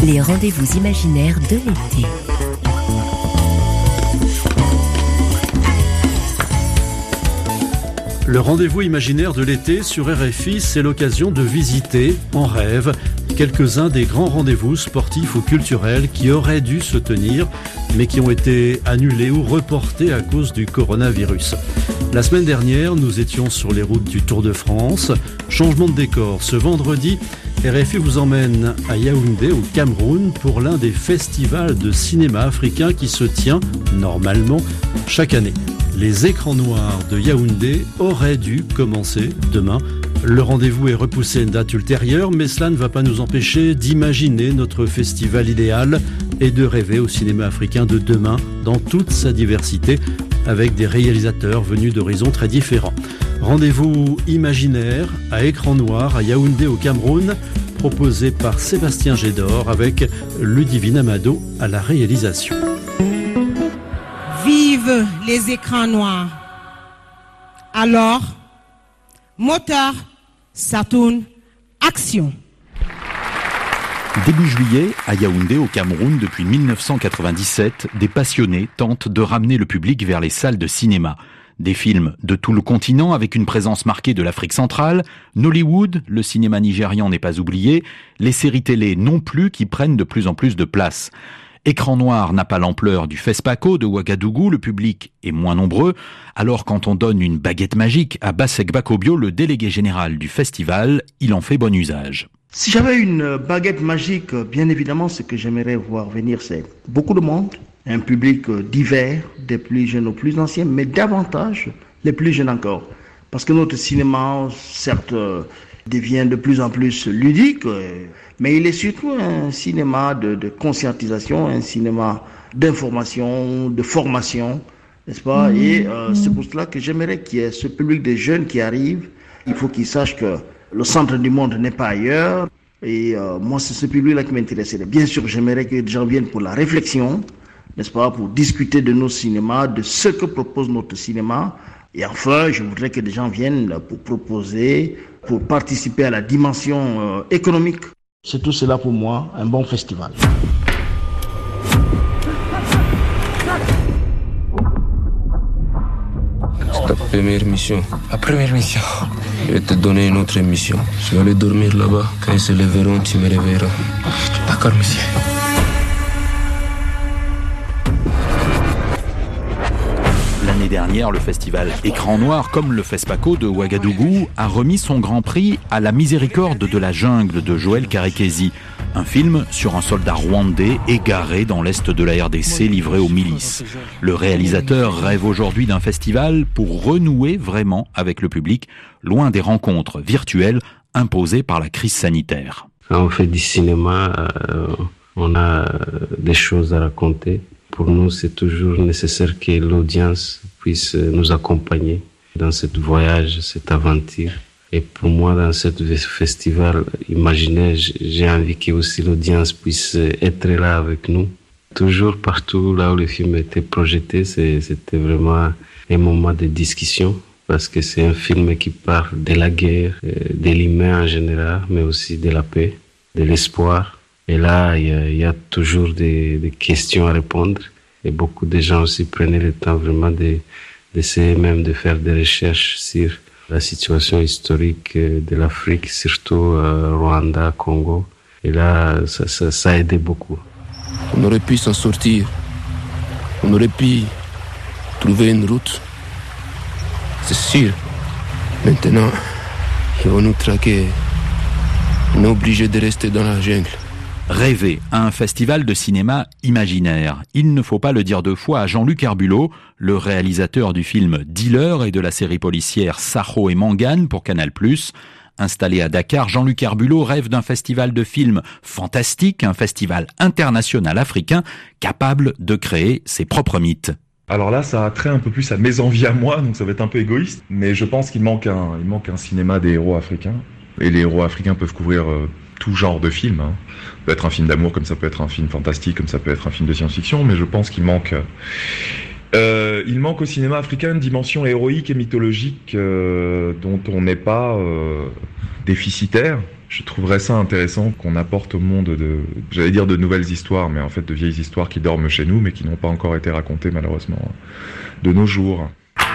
Les rendez-vous imaginaires de l'été. Le rendez-vous imaginaire de l'été sur RFI, c'est l'occasion de visiter, en rêve, quelques-uns des grands rendez-vous sportifs ou culturels qui auraient dû se tenir, mais qui ont été annulés ou reportés à cause du coronavirus. La semaine dernière, nous étions sur les routes du Tour de France. Changement de décor. Ce vendredi, RFI vous emmène à Yaoundé, au Cameroun, pour l'un des festivals de cinéma africain qui se tient, normalement, chaque année. Les écrans noirs de Yaoundé auraient dû commencer demain. Le rendez-vous est repoussé à une date ultérieure, mais cela ne va pas nous empêcher d'imaginer notre festival idéal et de rêver au cinéma africain de demain dans toute sa diversité, avec des réalisateurs venus d'horizons très différents. Rendez-vous imaginaire à écran noir à Yaoundé au Cameroun, proposé par Sébastien Gédor avec Ludivine Amado à la réalisation. Vive les écrans noirs. Alors, moteur, ça tourne, action. Début juillet, à Yaoundé, au Cameroun, depuis 1997, des passionnés tentent de ramener le public vers les salles de cinéma. Des films de tout le continent avec une présence marquée de l'Afrique centrale, Nollywood, le cinéma nigérian n'est pas oublié, les séries télé non plus qui prennent de plus en plus de place. Écran noir n'a pas l'ampleur du FESPACO de Ouagadougou, le public est moins nombreux. Alors quand on donne une baguette magique à Bassek Bakobio, le délégué général du festival, il en fait bon usage. Si j'avais une baguette magique, bien évidemment, ce que j'aimerais voir venir, c'est beaucoup de monde, un public divers, des plus jeunes aux plus anciens, mais davantage les plus jeunes encore. Parce que notre cinéma, certes, devient de plus en plus ludique, mais il est surtout un cinéma de conscientisation, un cinéma d'information, de formation, n'est-ce pas? Et c'est pour cela que j'aimerais qu'il y ait ce public de jeunes qui arrive. Il faut qu'ils sachent que le centre du monde n'est pas ailleurs. Et moi, c'est ce public-là qui m'intéresserait. Bien sûr, j'aimerais que les gens viennent pour la réflexion, n'est-ce pas? Pour discuter de nos cinémas, de ce que propose notre cinéma. Et enfin, je voudrais que les gens viennent pour proposer, pour participer à la dimension économique. C'est tout cela pour moi, un bon festival. C'est ta première mission. Ma première mission. Je vais te donner une autre mission. Je vais aller dormir là-bas. Quand ils se lèveront, tu me réveilleras. D'accord, monsieur. L'année dernière, le festival Écran Noir, comme le FESPACO de Ouagadougou, a remis son grand prix à La Miséricorde de la jungle de Joël Karekesi. Un film sur un soldat rwandais égaré dans l'est de la RDC livré aux milices. Le réalisateur rêve aujourd'hui d'un festival pour renouer vraiment avec le public, loin des rencontres virtuelles imposées par la crise sanitaire. Quand on fait du cinéma, on a des choses à raconter. Pour nous, c'est toujours nécessaire que l'audience puisse nous accompagner dans ce voyage, cette aventure. Et pour moi, dans ce festival imaginaire, j'ai envie que aussi l'audience puisse être là avec nous. Toujours partout là où le film était projeté, c'était vraiment un moment de discussion. Parce que c'est un film qui parle de la guerre, de l'humain en général, mais aussi de la paix, de l'espoir. Et là, il y a toujours des questions à répondre. Et beaucoup de gens aussi prenaient le temps vraiment d'essayer même de faire des recherches sur la situation historique de l'Afrique, surtout Rwanda, Congo. Et là, ça a aidé beaucoup. On aurait pu s'en sortir. On aurait pu trouver une route. C'est sûr. Maintenant, ils vont nous traquer. On est obligé de rester dans la jungle. Rêver à un festival de cinéma imaginaire. Il ne faut pas le dire deux fois à Jean-Luc Herbulot, le réalisateur du film Dealer et de la série policière Saho et Mangane pour Canal+. Installé à Dakar, Jean-Luc Herbulot rêve d'un festival de films fantastique, un festival international africain capable de créer ses propres mythes. Alors là, ça a trait un peu plus à mes envies à moi, donc ça va être un peu égoïste, mais je pense qu'il manque un cinéma des héros africains. Et les héros africains peuvent couvrir tout genre de film. Ça peut être un film d'amour, comme ça peut être un film fantastique, comme ça peut être un film de science-fiction, mais je pense qu'il manque au cinéma africain une dimension héroïque et mythologique dont on n'est pas déficitaire. Je trouverais ça intéressant qu'on apporte au monde de nouvelles histoires, mais en fait de vieilles histoires qui dorment chez nous, mais qui n'ont pas encore été racontées malheureusement de nos jours.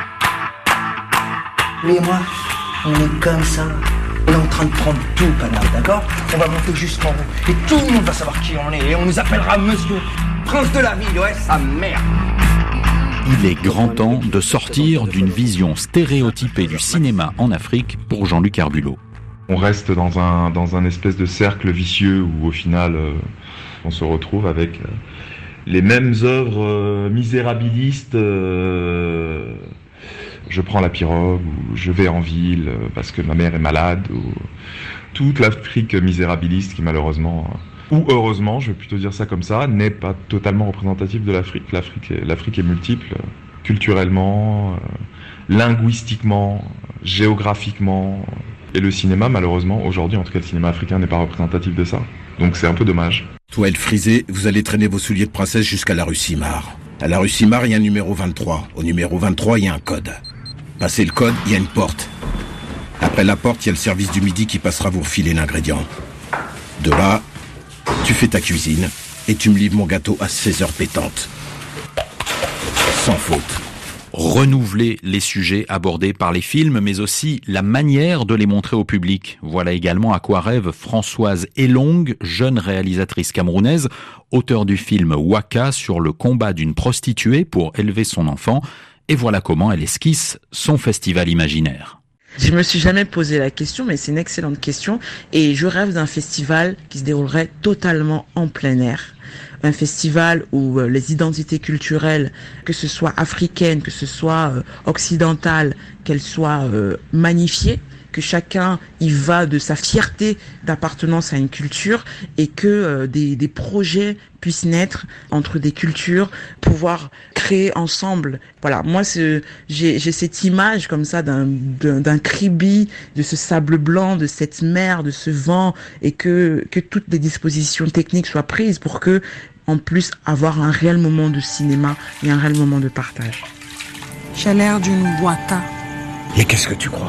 Lui et moi, on est comme ça. On est en train de prendre tout, Panard, d'accord ? On va monter jusqu'en haut. Et tout le monde va savoir qui on est. Et on nous appellera Monsieur Prince de la Ville, ouais, sa mère. Il est grand temps de sortir d'une vision stéréotypée du cinéma en Afrique pour Jean-Luc Herbulot. On reste dans un espèce de cercle vicieux où au final on se retrouve avec les mêmes œuvres misérabilistes. Je prends la pirogue, ou je vais en ville parce que ma mère est malade, ou toute l'Afrique misérabiliste qui malheureusement, ou heureusement, je vais plutôt dire ça comme ça, n'est pas totalement représentative de l'Afrique. L'Afrique est multiple, culturellement, linguistiquement, géographiquement. Et le cinéma, malheureusement, aujourd'hui, en tout cas le cinéma africain n'est pas représentatif de ça. Donc c'est un peu dommage. Toile frisée, vous allez traîner vos souliers de princesse jusqu'à la rue Simard. À la rue Simard, il y a un numéro 23. Au numéro 23, il y a un code. Passez le code, il y a une porte. Après la porte, il y a le service du midi qui passera vous refiler l'ingrédient. De là, tu fais ta cuisine et tu me livres mon gâteau à 16h pétantes. Sans faute. Renouveler les sujets abordés par les films, mais aussi la manière de les montrer au public. Voilà également à quoi rêve Françoise Elong, jeune réalisatrice camerounaise, auteure du film Waka sur le combat d'une prostituée pour élever son enfant. Et voilà comment elle esquisse son festival imaginaire. Je me suis jamais posé la question, mais c'est une excellente question. Et je rêve d'un festival qui se déroulerait totalement en plein air. Un festival où les identités culturelles, que ce soit africaines, que ce soit occidentales, qu'elles soient magnifiées, que chacun y va de sa fierté d'appartenance à une culture et que des projets puissent naître entre des cultures, pouvoir créer ensemble. Voilà, moi j'ai cette image comme ça d'un kribi, de ce sable blanc, de cette mer, de ce vent, et que toutes les dispositions techniques soient prises pour que, en plus, avoir un réel moment de cinéma et un réel moment de partage. J'ai l'air d'une Waka. Et qu'est-ce que tu crois ?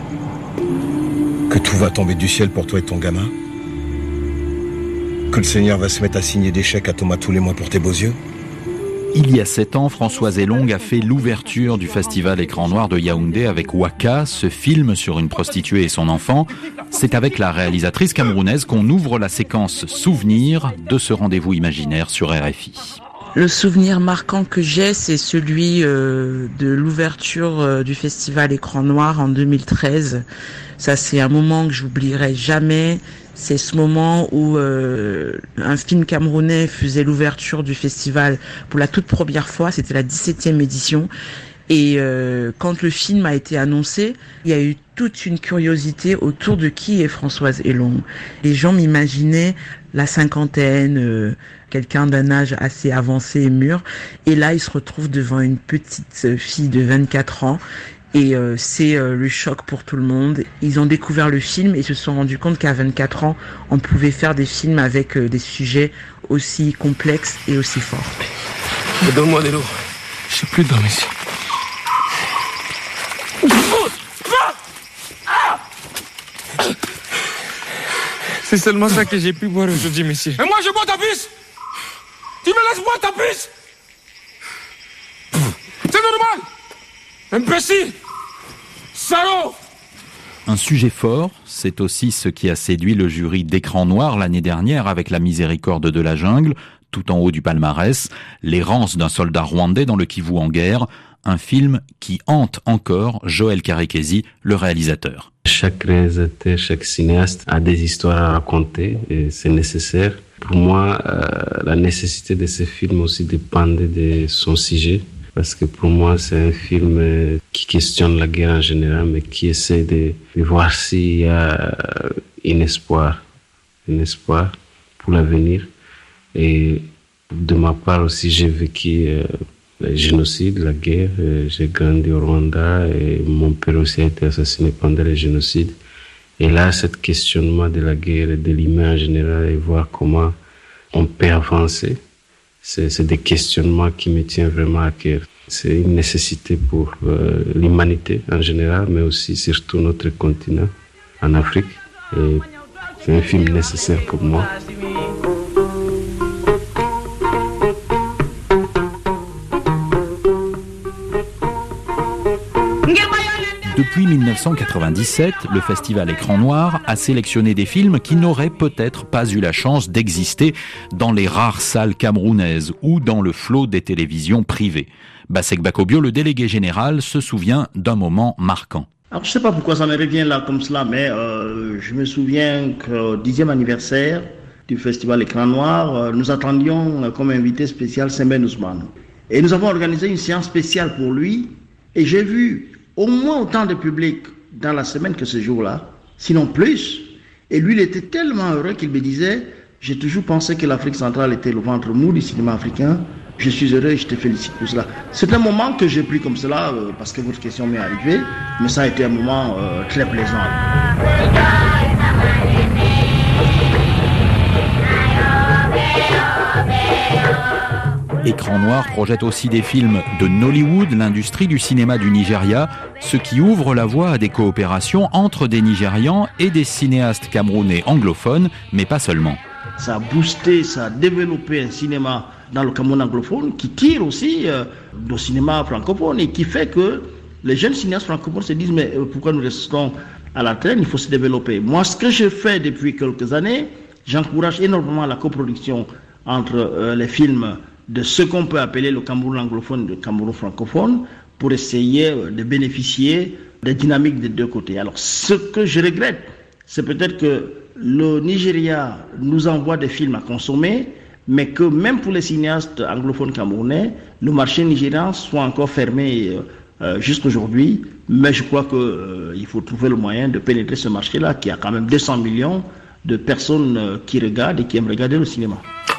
Que tout va tomber du ciel pour toi et ton gamin ? Que le Seigneur va se mettre à signer des chèques à Thomas tous les mois pour tes beaux yeux ? Il y a 7 ans, Françoise Elong a fait l'ouverture du festival Écran Noir de Yaoundé avec Waka, ce film sur une prostituée et son enfant. C'est avec la réalisatrice camerounaise qu'on ouvre la séquence souvenir de ce rendez-vous imaginaire sur RFI. Le souvenir marquant que j'ai, c'est celui de l'ouverture du festival Écran Noir en 2013. Ça, c'est un moment que j'oublierai jamais. C'est ce moment où un film camerounais faisait l'ouverture du festival pour la toute première fois. C'était la 17e édition. Et quand le film a été annoncé, il y a eu toute une curiosité autour de qui est Françoise Elong. Les gens m'imaginaient la cinquantaine, quelqu'un d'un âge assez avancé et mûr. Et là, ils se retrouvent devant une petite fille de 24 ans. Et c'est le choc pour tout le monde. Ils ont découvert le film et se sont rendus compte qu'à 24 ans, on pouvait faire des films avec des sujets aussi complexes et aussi forts. Donne-moi de l'eau. Je sais plus dormir ici. C'est seulement ça que j'ai pu boire aujourd'hui, monsieur. Et moi, je bois ta pisse. Tu me laisses boire ta pisse. C'est normal. Imbécile. Salaud. Un sujet fort, c'est aussi ce qui a séduit le jury d'Écran Noir l'année dernière avec La Miséricorde de la jungle, tout en haut du palmarès, L'errance d'un soldat rwandais dans le Kivu en guerre, un film qui hante encore Joël Karekesi, le réalisateur. Chaque réalisateur, chaque cinéaste a des histoires à raconter et c'est nécessaire. Pour moi, la nécessité de ce film aussi dépendait de son sujet. Parce que pour moi, c'est un film qui questionne la guerre en général, mais qui essaie de voir s'il y a un espoir pour l'avenir. Et de ma part aussi, j'ai vécu le génocide, la guerre. J'ai grandi au Rwanda et mon père aussi a été assassiné pendant le génocide. Et là, ce questionnement de la guerre et de l'humain en général et voir comment on peut avancer. C'est des questionnements qui me tiennent vraiment à cœur. C'est une nécessité pour l'humanité en général, mais aussi surtout notre continent, en Afrique. Et C'est un film nécessaire pour moi. Depuis 1997, le festival Écran Noir a sélectionné des films qui n'auraient peut-être pas eu la chance d'exister dans les rares salles camerounaises ou dans le flot des télévisions privées. Bassek Bakobio, le délégué général, se souvient d'un moment marquant. Alors, je ne sais pas pourquoi ça me revient là comme cela, mais je me souviens qu'au 10e anniversaire du festival Écran Noir, nous attendions comme invité spécial Sembène Ousmane. Et nous avons organisé une séance spéciale pour lui, et j'ai vu au moins autant de public dans la semaine que ce jour-là, sinon plus. Et lui, il était tellement heureux qu'il me disait « J'ai toujours pensé que l'Afrique centrale était le ventre mou du cinéma africain. Je suis heureux et je te félicite pour cela. » C'est un moment que j'ai pris comme cela, parce que votre question m'est arrivée, mais ça a été un moment très plaisant. Écran Noir projette aussi des films de Nollywood, l'industrie du cinéma du Nigeria, ce qui ouvre la voie à des coopérations entre des Nigérians et des cinéastes camerounais anglophones, mais pas seulement. Ça a boosté, ça a développé un cinéma dans le Cameroun anglophone qui tire aussi au cinéma francophone et qui fait que les jeunes cinéastes francophones se disent mais pourquoi nous restons à la traîne, il faut se développer. Moi, ce que je fais depuis quelques années, j'encourage énormément la coproduction entre les films de ce qu'on peut appeler le Cameroun anglophone et le Cameroun francophone pour essayer de bénéficier des dynamiques des deux côtés. Alors, ce que je regrette, c'est peut-être que le Nigeria nous envoie des films à consommer, mais que même pour les cinéastes anglophones camerounais, le marché nigérian soit encore fermé jusqu'aujourd'hui. Mais je crois qu'il faut trouver le moyen de pénétrer ce marché-là, qui a quand même 200 millions de personnes qui regardent et qui aiment regarder le cinéma.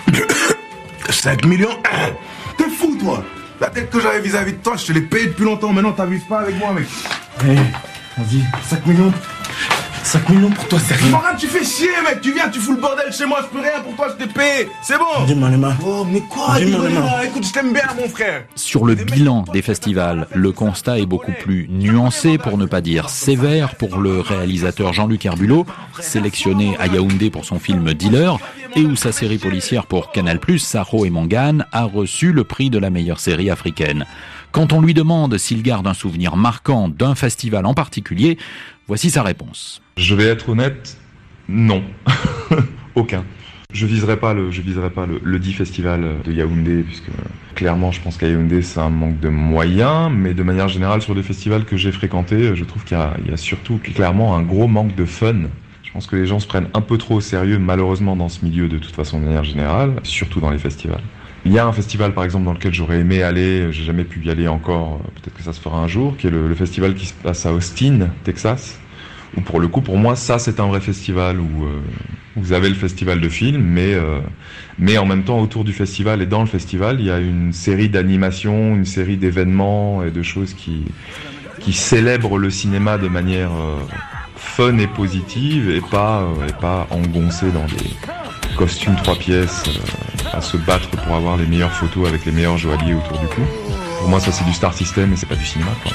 5 millions? T'es fou, toi! La tête que j'avais vis-à-vis de toi, je te l'ai payé depuis longtemps. Maintenant, t'abuses pas avec moi, mec. Hé, vas-y, 5 millions. 5 millions pour toi, c'est rien. Morane, tu fais chier, mec. Tu viens, tu fous le bordel chez moi. Je peux rien pour toi, je t'ai payé. C'est bon. Dis-moi les mains. Oh, mais quoi? Dis-moi les mains. Écoute, je t'aime bien, mon frère. Sur le bilan des festivals, le constat est beaucoup plus nuancé, pour ne pas dire sévère, pour le réalisateur Jean-Luc Herbulot, sélectionné à Yaoundé pour son film Dealer, et où sa série policière pour Canal+, Saro et Mangane, a reçu le prix de la meilleure série africaine. Quand on lui demande s'il garde un souvenir marquant d'un festival en particulier, voici sa réponse. Je vais être honnête, non. Aucun. Je viserai pas le 10 festival de Yaoundé, puisque clairement je pense qu'à Yaoundé c'est un manque de moyens, mais de manière générale sur les festivals que j'ai fréquentés, je trouve qu'il y a surtout clairement un gros manque de fun. Je pense que les gens se prennent un peu trop au sérieux, malheureusement, dans ce milieu de toute façon de manière générale, surtout dans les festivals. Il y a un festival par exemple dans lequel j'aurais aimé aller, j'ai jamais pu y aller encore, peut-être que ça se fera un jour, qui est le festival qui se passe à Austin, Texas, où pour le coup pour moi ça c'est un vrai festival où vous avez le festival de films, mais en même temps autour du festival et dans le festival il y a une série d'animations, une série d'événements et de choses qui célèbrent le cinéma de manière fun et positive et pas engoncée dans des costumes 3 pièces à se battre pour avoir les meilleures photos avec les meilleurs joailliers autour du cou. Pour moi ça c'est du star system et c'est pas du cinéma quoi.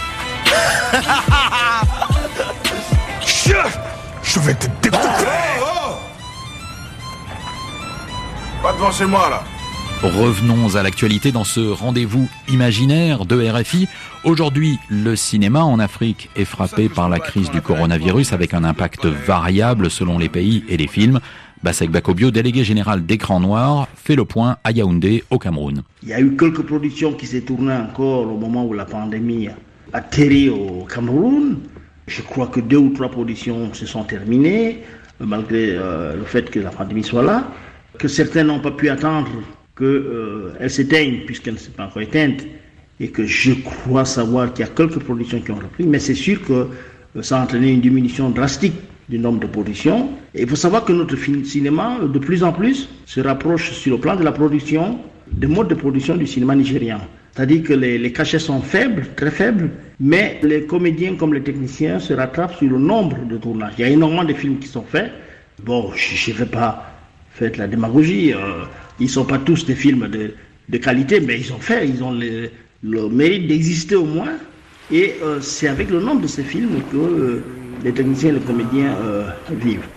Je vais te découper. Pas devant chez moi là. Revenons à l'actualité dans ce rendez-vous imaginaire de RFI. Aujourd'hui, le cinéma en Afrique est frappé par la crise du coronavirus avec un impact variable selon les pays et les films. Bassek Bakobio, délégué général d'Écran Noir, fait le point à Yaoundé, au Cameroun. Il y a eu quelques productions qui s'est tournées encore au moment où la pandémie a atterri au Cameroun. Je crois que 2 ou 3 productions se sont terminées, malgré le fait que la pandémie soit là, que certains n'ont pas pu attendre qu'elles s'éteignent, puisqu'elles ne sont pas encore éteintes, et que je crois savoir qu'il y a quelques productions qui ont repris, mais c'est sûr que ça a entraîné une diminution drastique du nombre de productions. Et il faut savoir que notre cinéma, de plus en plus, se rapproche sur le plan de la production, des modes de production du cinéma nigérian. C'est-à-dire que les cachets sont faibles, très faibles, mais les comédiens comme les techniciens se rattrapent sur le nombre de tournages. Il y a énormément de films qui sont faits. Bon, je ne vais pas faire de la démagogie. Ils ne sont pas tous des films de qualité, mais ils ont le mérite d'exister au moins. Et c'est avec le nombre de ces films que les techniciens et les comédiens vivent.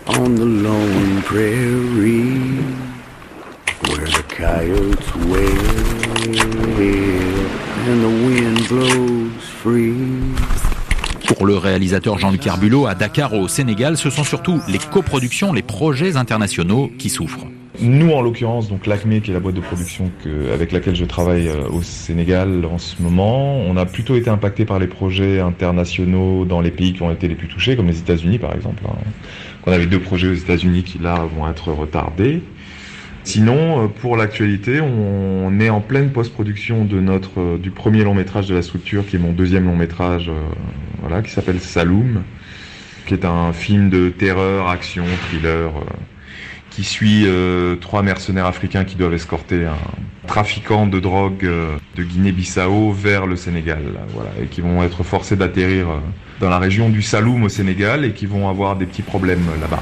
On the lone prairie, where the coyotes wail and the wind blows free. Pour le réalisateur Jean-Luc Herbulot, à Dakar au Sénégal, ce sont surtout les coproductions, les projets internationaux qui souffrent. Nous, en l'occurrence, donc l'ACME, qui est la boîte de production avec laquelle je travaille au Sénégal en ce moment, on a plutôt été impacté par les projets internationaux dans les pays qui ont été les plus touchés, comme les États-Unis par exemple. On avait 2 projets aux États-Unis qui là vont être retardés. Sinon, pour l'actualité, on est en pleine post-production du premier long métrage de la structure, qui est mon 2e long métrage, qui s'appelle Saloum, qui est un film de terreur, action, thriller, qui suit 3 mercenaires africains qui doivent escorter un trafiquant de drogue de Guinée-Bissau vers le Sénégal, et qui vont être forcés d'atterrir dans la région du Saloum au Sénégal et qui vont avoir des petits problèmes là-bas.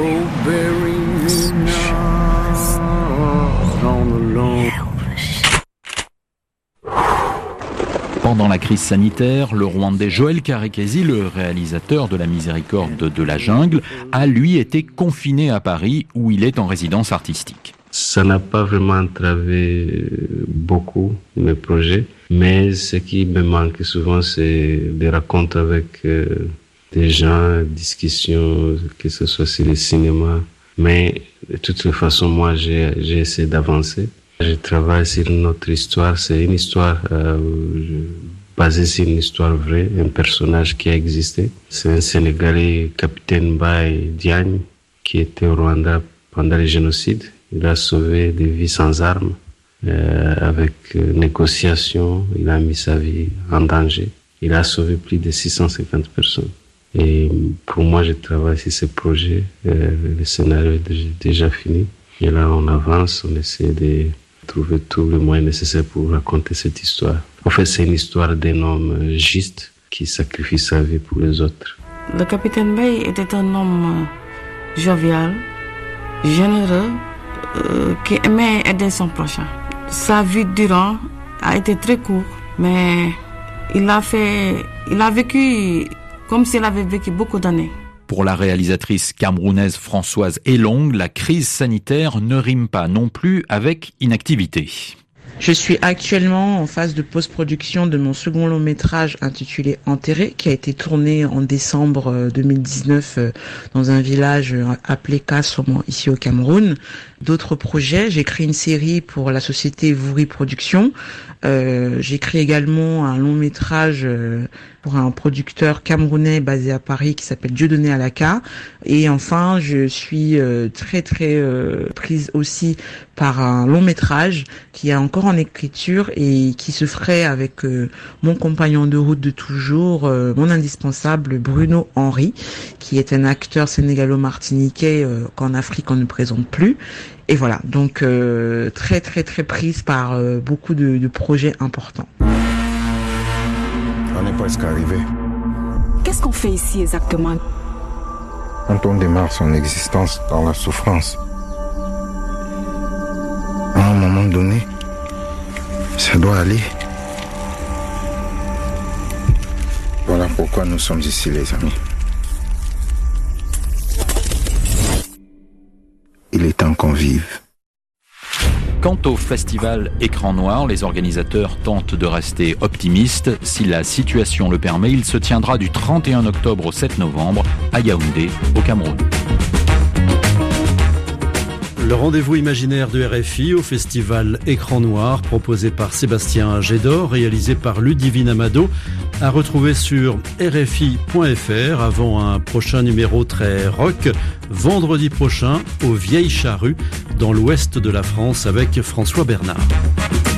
Pendant la crise sanitaire, le Rwandais Joël Karekezi, le réalisateur de La Miséricorde de la jungle, a lui été confiné à Paris où il est en résidence artistique. Ça n'a pas vraiment entravé beaucoup mes projets, mais ce qui me manque souvent, c'est des rencontres avec des gens, discussions, que ce soit sur le cinéma. Mais de toute façon, moi, j'ai essayé d'avancer. Je travaille sur notre histoire. C'est une histoire basée sur une histoire vraie, un personnage qui a existé. C'est un Sénégalais, capitaine Baye Diagne, qui était au Rwanda pendant le génocide. Il a sauvé des vies sans armes. Avec négociation, il a mis sa vie en danger. Il a sauvé plus de 650 personnes. Et pour moi, je travaille sur ce projet. Le scénario est déjà fini. Et là, on avance, on essaie de trouver tous les moyens nécessaires pour raconter cette histoire. En fait, c'est une histoire d'un homme juste qui sacrifie sa vie pour les autres. Le capitaine Baye était un homme jovial, généreux, qui aimait aider son prochain. Sa vie durant a été très courte, mais il a vécu comme s'il avait vécu beaucoup d'années. Pour la réalisatrice camerounaise Françoise Elong, la crise sanitaire ne rime pas non plus avec inactivité. Je suis actuellement en phase de post-production de mon second long métrage intitulé Enterré, qui a été tourné en décembre 2019 dans un village appelé Kassomo, ici au Cameroun. D'autres projets, j'ai créé une série pour la société Vouri Productions. J'ai créé également un long métrage pour un producteur camerounais basé à Paris qui s'appelle Dieudonné Alaka. Et enfin, je suis très prise aussi par un long métrage qui est encore en écriture et qui se ferait avec mon compagnon de route de toujours, mon indispensable Bruno Henry, qui est un acteur sénégalo-martiniquais qu'en Afrique on ne présente plus. Et voilà, donc très prise par beaucoup de projets importants. On est presque arrivé. Qu'est-ce qu'on fait ici exactement? Quand on démarre son existence dans la souffrance, à un moment donné, ça doit aller. Voilà pourquoi nous sommes ici, les amis. Il est temps qu'on vive. Quant au festival Écran Noir, les organisateurs tentent de rester optimistes. Si la situation le permet, il se tiendra du 31 octobre au 7 novembre à Yaoundé, au Cameroun. Le rendez-vous imaginaire de RFI au festival Écran Noir, proposé par Sébastien Gédor, réalisé par Ludivine Amado, à retrouver sur rfi.fr avant un prochain numéro très rock, vendredi prochain, aux Vieilles Charrues, dans l'ouest de la France, avec François Bernard.